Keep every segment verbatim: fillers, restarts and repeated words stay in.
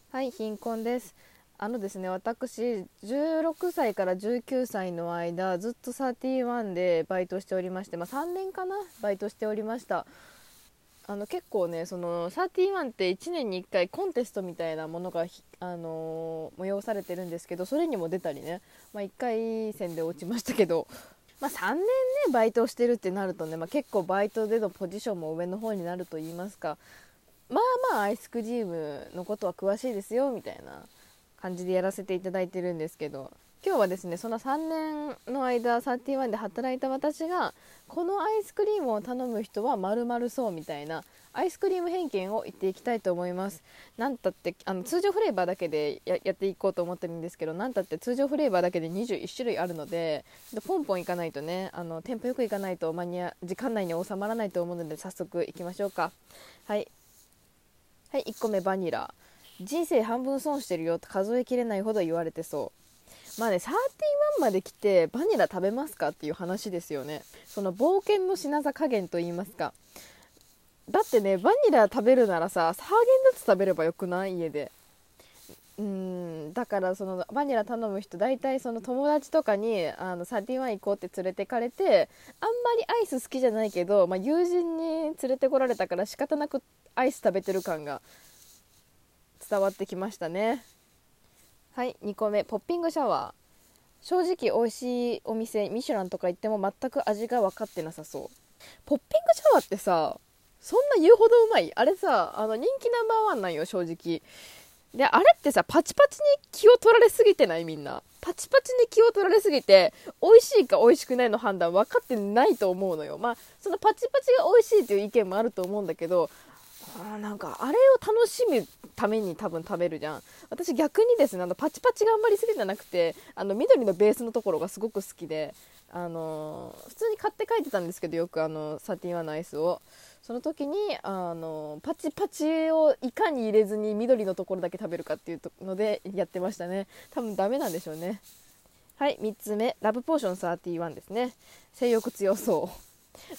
はい、貧困です。あのですね、私、じゅうろくさいからじゅうきゅうさいの間、ずっとサーティワンでバイトしておりまして、まあ、さんねんかな、バイトしておりました。あの結構ね、そのサーティワンっていちねんにいっかいコンテストみたいなものが、あのー催されてるんですけど、それにも出たりね、まあ、いっかい戦で落ちましたけど、まあ、さんねんねバイトをしてるってなるとね、まあ、結構バイトでのポジションも上の方になると言いますか、まあまあアイスクリームのことは詳しいですよみたいな感じでやらせていただいてるんですけど、今日はですね、そのさんねんの間サーティワンで働いた私が、このアイスクリームを頼む人は〇〇そうみたいなアイスクリーム偏見を言っていきたいと思います。なんたってあの通常フレーバーだけで や, やっていこうと思ってるんですけど、なんたって通常フレーバーだけでにじゅういち種類あるので、ポンポンいかないとね、あのテンポよくいかないと間に合時間内に収まらないと思うので、早速いきましょうか。はい。はい、いっこめバニラ。人生半分損してるよって数えきれないほど言われてそう。まあね、サーティワンまで来てバニラ食べますかっていう話ですよね。その冒険のしなさ加減と言いますか。だってね、バニラ食べるならさ、サーゲンダッツ食べればよくない？家で。うーん、だからそのバニラ頼む人、大体その友達とかにあのサーティワン行こうって連れてかれて、あんまりアイス好きじゃないけど、まあ、友人に連れてこられたから仕方なくアイス食べてる感が伝わってきましたね。はい、にこめポッピングシャワー。正直美味しいお店ミシュランとか行っても全く味が分かってなさそう。ポッピングシャワーってさ、そんな言うほどうまい？あれさ、あの人気ナンバーワンなんよ正直。であれってさ、パチパチに気を取られすぎてない？みんなパチパチに気を取られすぎて、美味しいか美味しくないの判断分かってないと思うのよ。まあそのパチパチが美味しいっていう意見もあると思うんだけど、あーなんかあれを楽しむために多分食べるじゃん。私逆にですね、あのパチパチがあんまり好きじゃなくて、あの緑のベースのところがすごく好きで、あのー普通に買って帰ってたんですけど、よくあのサーティワンのアイスを、その時にあのパチパチをいかに入れずに緑のところだけ食べるかっていうのでやってましたね。多分ダメなんでしょうね。はい、みっつめラブポーションサーティワンですね。性欲強そう。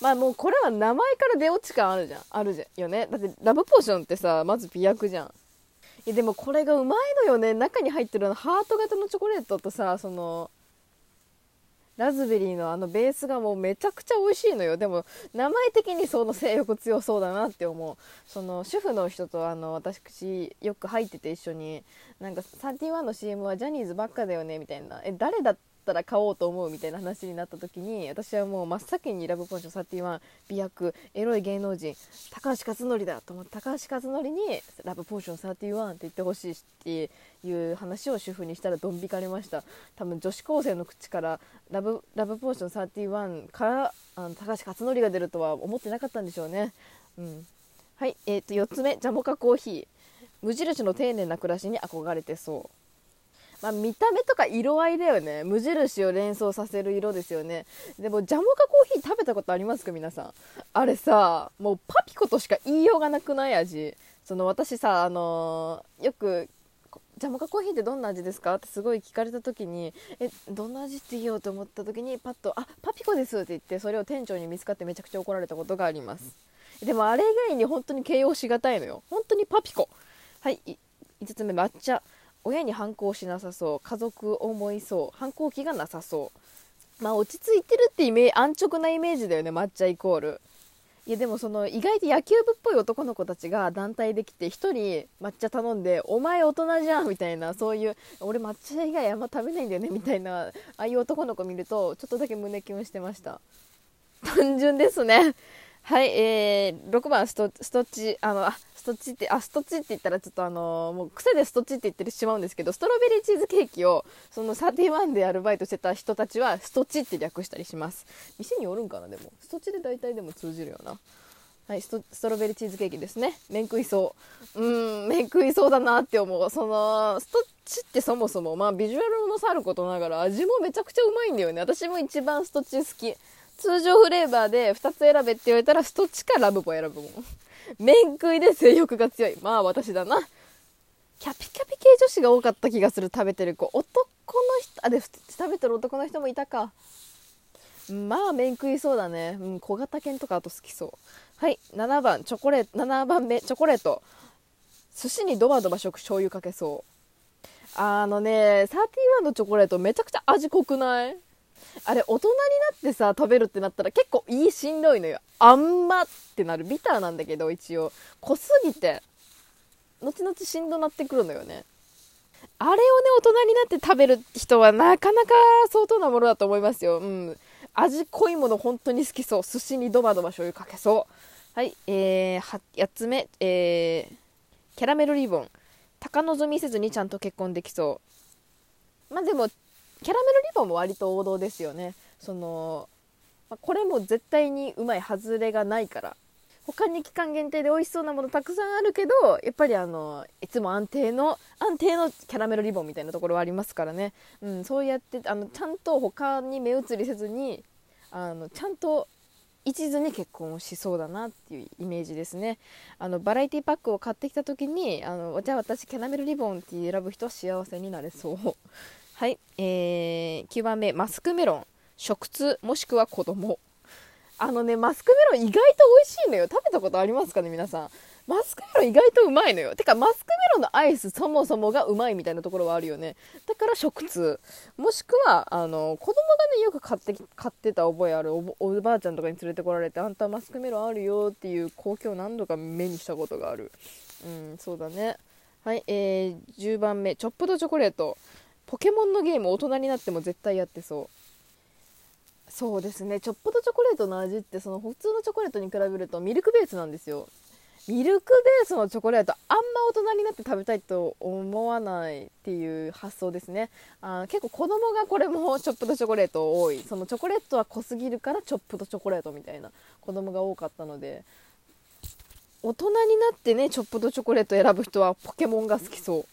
まあもうこれは名前から出落ち感あるじゃん、あるじゃんよね。だってラブポーションってさ、まず美薬じゃん。いやでもこれがうまいのよね。中に入ってるのハート型のチョコレートとさ、そのラズベリーのあのベースがもうめちゃくちゃ美味しいのよ。でも名前的にその性欲強そうだなって思う。その主婦の人とあの私よく入ってて、一緒になんかサーティワンの シーエム はジャニーズばっかだよねみたいな、え誰だったら買おうと思うみたいな話になった時に、私はもう真っ先にラブポーションサーティワン美薬エロい芸能人高橋克典だと思って、高橋克典にラブポーションサーティワンって言ってほしいっていう話を主婦にしたらドン引かれました。多分女子高生の口からラブラブポーションサーティワンからあの高橋克典が出るとは思ってなかったんでしょうね。うん、はい、えー、とよっつめジャモカコーヒー。無印の丁寧な暮らしに憧れてそう。まあ、見た目とか色合いだよね。無印を連想させる色ですよね。でもジャモカコーヒー食べたことありますか皆さん？あれさ、もうパピコとしか言いようがなくない味。その私さ、あのーよくジャモカコーヒーってどんな味ですかってすごい聞かれた時に、えどんな味って言おうと思った時にパッと、あパピコですって言って、それを店長に見つかってめちゃくちゃ怒られたことがあります。でもあれ以外に本当に形容しがたいのよ。本当にパピコ。はい、いつつめ抹茶。親に反抗しなさそう、家族思いそう、反抗期がなさそう。まあ落ち着いてるってイメージ、安直なイメージだよね、抹茶イコール。いやでもその意外と野球部っぽい男の子たちが団体で来てひとり抹茶頼んで、お前大人じゃんみたいな、そういう俺抹茶以外あんま食べないんだよねみたいな、ああいう男の子見るとちょっとだけ胸キュンしてました。単純ですね。はい、えー、ろくばんストストッチ、あのあストッチってあストッチって言ったらちょっとあのーもう癖でストッチって言ってしまうんですけど、ストロベリーチーズケーキをそのサーティワンでアルバイトしてた人たちはストッチって略したりします。店によるんかな。でもストッチで大体でも通じるよな。はい、ストストロベリーチーズケーキですね。麺食いそう。うーん、麺食いそうだなって思う。そのストッチってそもそもまあビジュアルもさることながら味もめちゃくちゃうまいんだよね。私も一番ストッチ好き。通常フレーバーでふたつ選べって言われたらストッチかラブポ選ぶもん。麺食いで性欲が強い。まあ私だな。キャピキャピ系女子が多かった気がする。食べてる子。男の人、あ、で、食べてる男の人もいたか。まあ麺食いそうだね。うん、小型犬とかあと好きそう。はい、ななばんチョコレート、ななばんめチョコレート。 寿司にドバドバ食醤油かけそう。あのねサーティワンのチョコレートめちゃくちゃ味濃くない？あれ大人になってさ食べるってなったら結構いいしんどいのよ。あんまってなる。ビターなんだけど一応濃すぎて後々しんどなってくるのよね。あれをね大人になって食べる人はなかなか相当なものだと思いますよ。うん、味濃いもの本当に好きそう。寿司にドバドバ醤油かけそう。はい、えー、はやっつめ、えー、キャラメルリボン。高望みせずにちゃんと結婚できそう。まあでもキャラメルリボンも割と王道ですよね。その、まあ、これも絶対にうまい外れがないから。他に期間限定で美味しそうなものたくさんあるけど、やっぱりあのいつも安定の安定のキャラメルリボンみたいなところはありますからね。うん、そうやってあのちゃんと他に目移りせずにあのちゃんと一途に結婚をしそうだなっていうイメージですね。あのバラエティパックを買ってきた時にあのじゃあ私キャラメルリボンって選ぶ人は幸せになれそう。はい、えー、きゅうばんめマスクメロン。食通もしくは子供。あのねマスクメロン意外と美味しいのよ。食べたことありますかね皆さん。マスクメロン意外とうまいのよ。てかマスクメロンのアイスそもそもがうまいみたいなところはあるよね。だから食通もしくはあの子供がねよく買って買ってた覚えある。 お, おばあちゃんとかに連れてこられてあんたマスクメロンあるよっていう光景を何度か目にしたことがある。うんそうだね。はい、えー、じゅうばんめチョップドチョコレート。ポケモンのゲーム大人になっても絶対やってそう。そうですね。チョップドチョコレートの味ってその普通のチョコレートに比べるとミルクベースなんですよ。ミルクベースのチョコレートあんま大人になって食べたいと思わないっていう発想ですね。あ結構子供がこれもチョップドチョコレート多い。そのチョコレートは濃すぎるからチョップドチョコレートみたいな子供が多かったので、大人になってねチョップドチョコレート選ぶ人はポケモンが好きそう。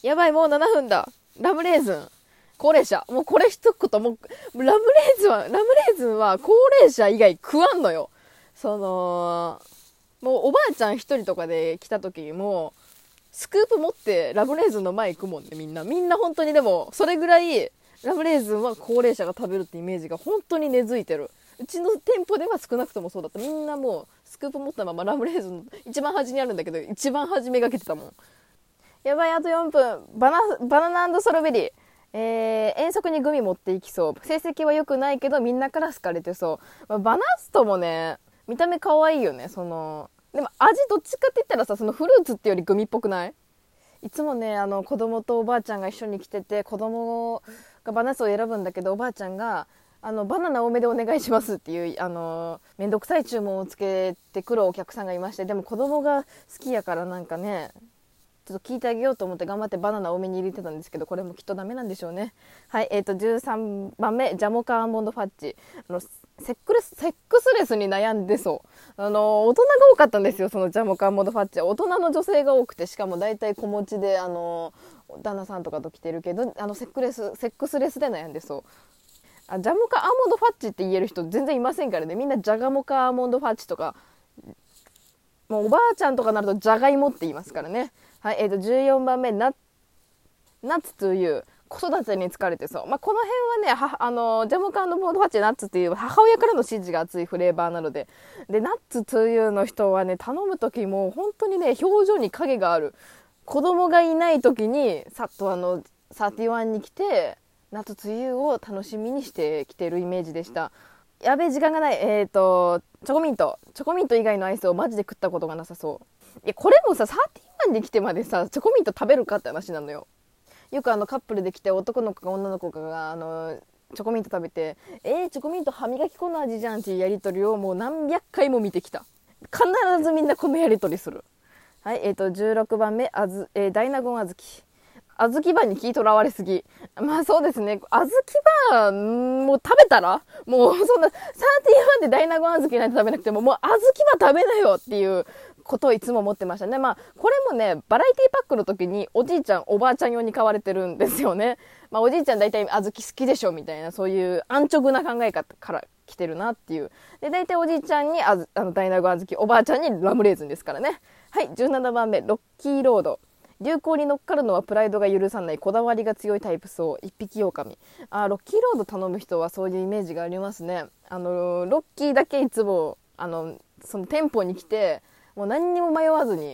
やばいもうななふんだ。ラムレーズン高齢者。もうこれ一言、もう、ラムレーズンは、ラムレーズンは高齢者以外食わんのよ。その、もうおばあちゃん一人とかで来た時にもう、スクープ持ってラムレーズンの前行くもんね、みんな。みんな本当にでも、それぐらい、ラムレーズンは高齢者が食べるってイメージが本当に根付いてる。うちの店舗では少なくともそうだった。みんなもう、スクープ持ったままラムレーズン、一番端にあるんだけど、一番端めがけてたもん。やばい、あとよんぷん。バナ、バナナ&ストロベリー。えー、遠足にグミ持っていきそう。成績は良くないけどみんなから好かれてそう。まあ、バナストもね見た目可愛いよね。そのでも味どっちかって言ったらさ、そのフルーツってよりグミっぽくない？いつもねあの子供とおばあちゃんが一緒に来てて、子供がバナナスを選ぶんだけどおばあちゃんがあのバナナ多めでお願いしますっていうあのめんどくさい注文をつけてくるお客さんがいまして、でも子供が好きやからなんかねちょっと聞いてあげようと思って頑張ってバナナ多めに入れてたんですけど、これもきっとダメなんでしょうね。はい、えーとじゅうさんばんめジャモカアーモンドファッジ。あのセックレスセックスレスに悩んでそう。あの大人が多かったんですよ。そのジャモカアーモンドファッジは大人の女性が多くて、しかも大体子持ちであの旦那さんとかと来てるけど、あのセックレスセックスレスで悩んでそう。あジャモカアーモンドファッジって言える人全然いませんからね。みんなジャガモカアーモンドファッジとか、もうおばあちゃんとかなるとジャガイモって言いますからね。はい、えーとじゅうよんばんめナッツという子育てに疲れてそう。まあ、この辺はねはあのジャムカンドボードファッチナッツという母親からの指示が熱いフレーバーなので、でナッツというの人はね頼む時も本当にね表情に影がある。子供がいない時にさっとあのサーティワンに来てナッツというを楽しみにしてきてるイメージでした。やべえ時間がない。えーとチョコミントチョコミント以外のアイスをマジで食ったことがなさそう。いやこれもさサーティワンに来てまでさチョコミント食べるかって話なのよ。よくあのカップルで来て男の子か女の子かがあのチョコミント食べてえー、チョコミント歯磨き粉の味じゃんっていうやり取りをもう何百回も見てきた。必ずみんなこのやり取りする。はい、えーとじゅうろくばんめあず、えー、ダイナゴンあずき。あずきバーに気とらわれすぎ。まあそうですね。あずきバーもう食べたらもうそんなサーティワンでダイナゴンあずきなんて食べなくてももうあずきバー食べなよっていうことをいつも思ってましたね。まあこれもねバラエティパックの時におじいちゃんおばあちゃん用に買われてるんですよね。まあおじいちゃん大体小豆好きでしょみたいなそういう安直な考え方から来てるなっていう。で大体おじいちゃんにあずあのダイナゴンあずき、おばあちゃんにラムレーズンですからね。はい、じゅうななばんめロッキーロード。流行に乗っかるのはプライドが許さないこだわりが強いタイプそう一匹狼。あロッキーロード頼む人はそういうイメージがありますね。あのロッキーだけいつもあのその店舗に来てもう何にも迷わずに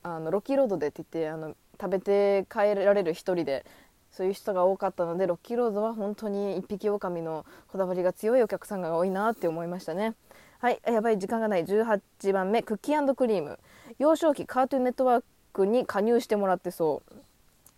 あのロッキーロードでって言ってあの食べて帰られる一人で、そういう人が多かったので、ロッキーロードは本当に一匹狼のこだわりが強いお客さんが多いなって思いましたね。はい、やばい時間がない。じゅうはちばんめ、クッキー&クリーム。幼少期カートゥーンネットワークに加入してもらってそう。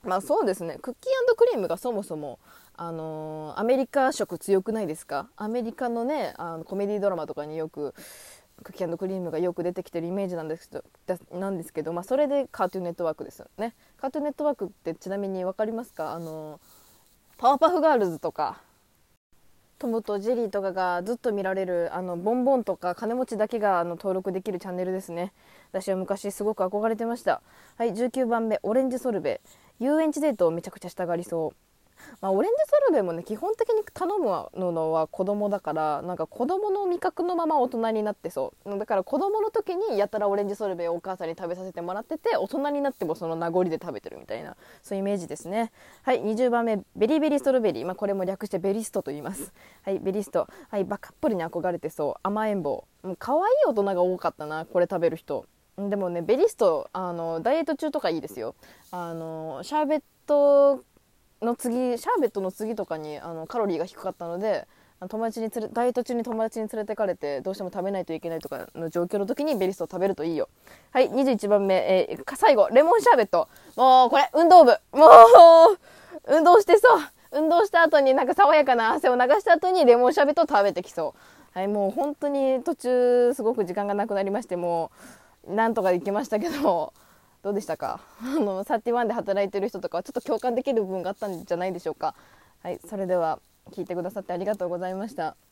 まあそうですね、クッキー&クリームがそもそもあのーアメリカ色強くないですか。アメリカのねあのコメディドラマとかによくクッキー&クリームがよく出てきてるイメージなんですけど、なんですけど、まあ、それでカートゥーンネットワークですよね。カートゥーンネットワークってちなみに分かりますか。あのパワーパフガールズとかトムとジェリーとかがずっと見られる、あのボンボンとか金持ちだけがあの登録できるチャンネルですね。私は昔すごく憧れてました。はい、じゅうきゅうばんめ、オレンジソルベ。遊園地デートをめちゃくちゃしたがりそう。まあ、オレンジソルベもね基本的に頼むのは子供だから、なんか子供の味覚のまま大人になってそう。だから子供の時にやたらオレンジソルベをお母さんに食べさせてもらってて、大人になってもその名残で食べてるみたいな、そういうイメージですね。はい、にじゅうばんめ、ベリベリストロベリー、まあ、これも略してベリストと言います。はい、ベリスト。はい、バカップリに憧れてそう。甘えん坊。もう可愛い大人が多かったな、これ食べる人。でもねベリストあのダイエット中とかいいですよ。あのシャーベットの次シャーベットの次とかにあのカロリーが低かったので、友達に連れダイエット中に友達に連れてかれてどうしても食べないといけないとかの状況の時にベリストを食べるといいよ。はい、にじゅういちばんめ、えー、最後レモンシャーベット。もうこれ運動部、もう運動してそう運動した後になんか爽やかな汗を流した後にレモンシャーベットを食べてきそう。はい、もう本当に途中すごく時間がなくなりまして、もうなんとかできましたけど、どうでしたか。あのサーティワンで働いてる人とかはちょっと共感できる部分があったんじゃないでしょうか。はい、それでは聞いてくださってありがとうございました。